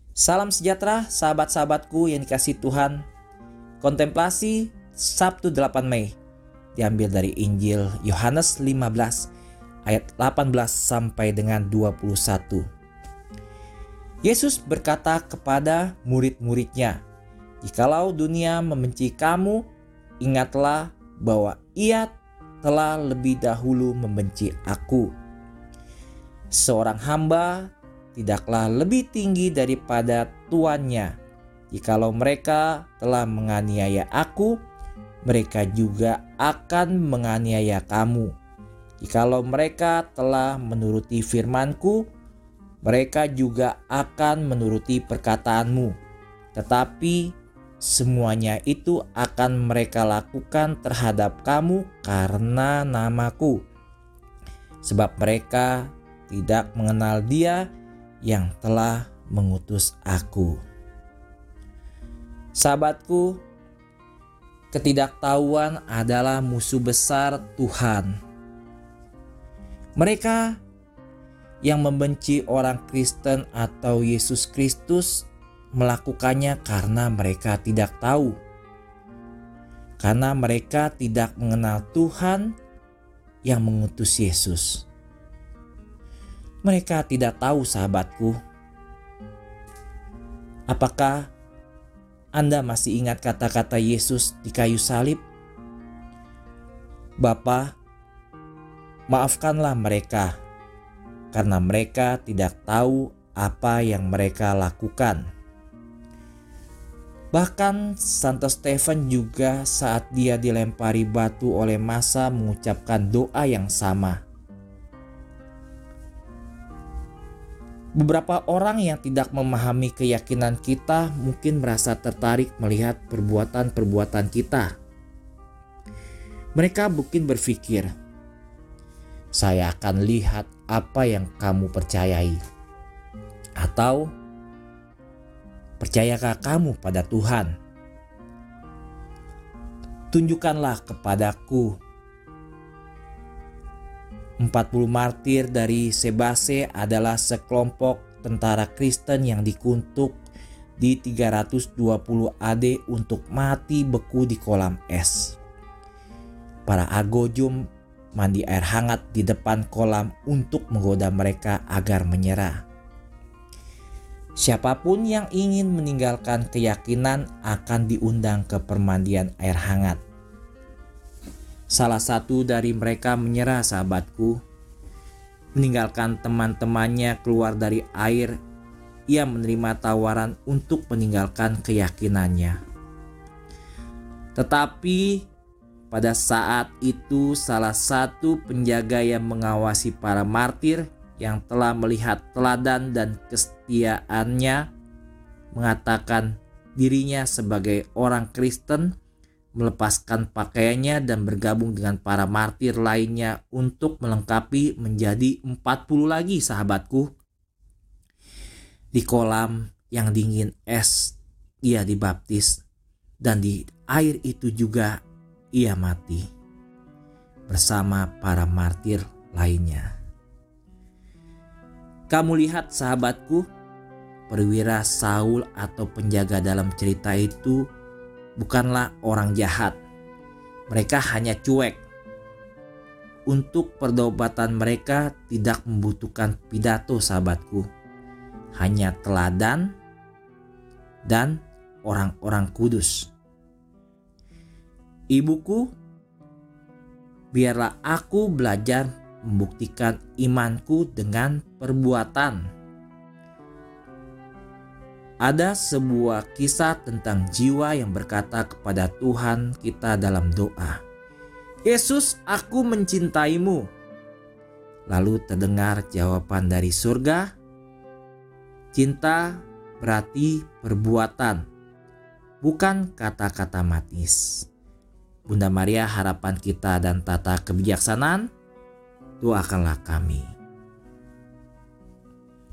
Salam sejahtera sahabat-sahabatku yang dikasihi Tuhan. Kontemplasi Sabtu 8 Mei diambil dari Injil Yohanes 15 ayat 18 sampai dengan 21. Yesus berkata kepada murid-muridnya, "Jikalau dunia membenci kamu, ingatlah bahwa ia telah lebih dahulu membenci aku. Seorang hamba tidaklah lebih tinggi daripada tuannya. Jikalau mereka telah menganiaya aku, mereka juga akan menganiaya kamu. Jikalau mereka telah menuruti firman-Ku, mereka juga akan menuruti perkataanmu. Tetapi semuanya itu akan mereka lakukan terhadap kamu karena nama-Ku, sebab mereka tidak mengenal Dia yang telah mengutus aku." Sahabatku, ketidaktahuan adalah musuh besar Tuhan. Mereka yang membenci orang Kristen atau Yesus Kristus melakukannya karena mereka tidak tahu. Karena mereka tidak mengenal Tuhan yang mengutus Yesus. Mereka tidak tahu, sahabatku. Apakah Anda masih ingat kata-kata Yesus di kayu salib? "Bapa, maafkanlah mereka, karena mereka tidak tahu apa yang mereka lakukan." Bahkan Santo Stefan juga saat dia dilempari batu oleh massa mengucapkan doa yang sama. Beberapa orang yang tidak memahami keyakinan kita mungkin merasa tertarik melihat perbuatan-perbuatan kita. Mereka mungkin berpikir, "Saya akan lihat apa yang kamu percayai." Atau, "Percayakah kamu pada Tuhan? Tunjukkanlah kepadaku." 40 martir dari Sebase adalah sekelompok tentara Kristen yang dikutuk di 320 AD untuk mati beku di kolam es. Para agojum mandi air hangat di depan kolam untuk menggoda mereka agar menyerah. Siapapun yang ingin meninggalkan keyakinan akan diundang ke permandian air hangat. Salah satu dari mereka menyerah, sahabatku. Meninggalkan teman-temannya keluar dari air, ia menerima tawaran untuk meninggalkan keyakinannya. Tetapi pada saat itu salah satu penjaga yang mengawasi para martir yang telah melihat teladan dan kesetiaannya mengatakan dirinya sebagai orang Kristen, melepaskan pakaiannya dan bergabung dengan para martir lainnya untuk melengkapi menjadi 40 lagi, sahabatku. Di kolam yang dingin es ia dibaptis, dan di air itu juga ia mati bersama para martir lainnya. Kamu lihat, sahabatku, perwira Saul atau penjaga dalam cerita itu bukanlah orang jahat. Mereka hanya cuek. Untuk pertobatan mereka tidak membutuhkan pidato, sahabatku. Hanya teladan dan orang-orang kudus. Ibuku, biarlah aku belajar membuktikan imanku dengan perbuatan. Ada sebuah kisah tentang jiwa yang berkata kepada Tuhan kita dalam doa, "Yesus, aku mencintaimu." Lalu terdengar jawaban dari surga, "Cinta berarti perbuatan, bukan kata-kata manis." Bunda Maria, harapan kita dan tata kebijaksanaan, doakanlah kami.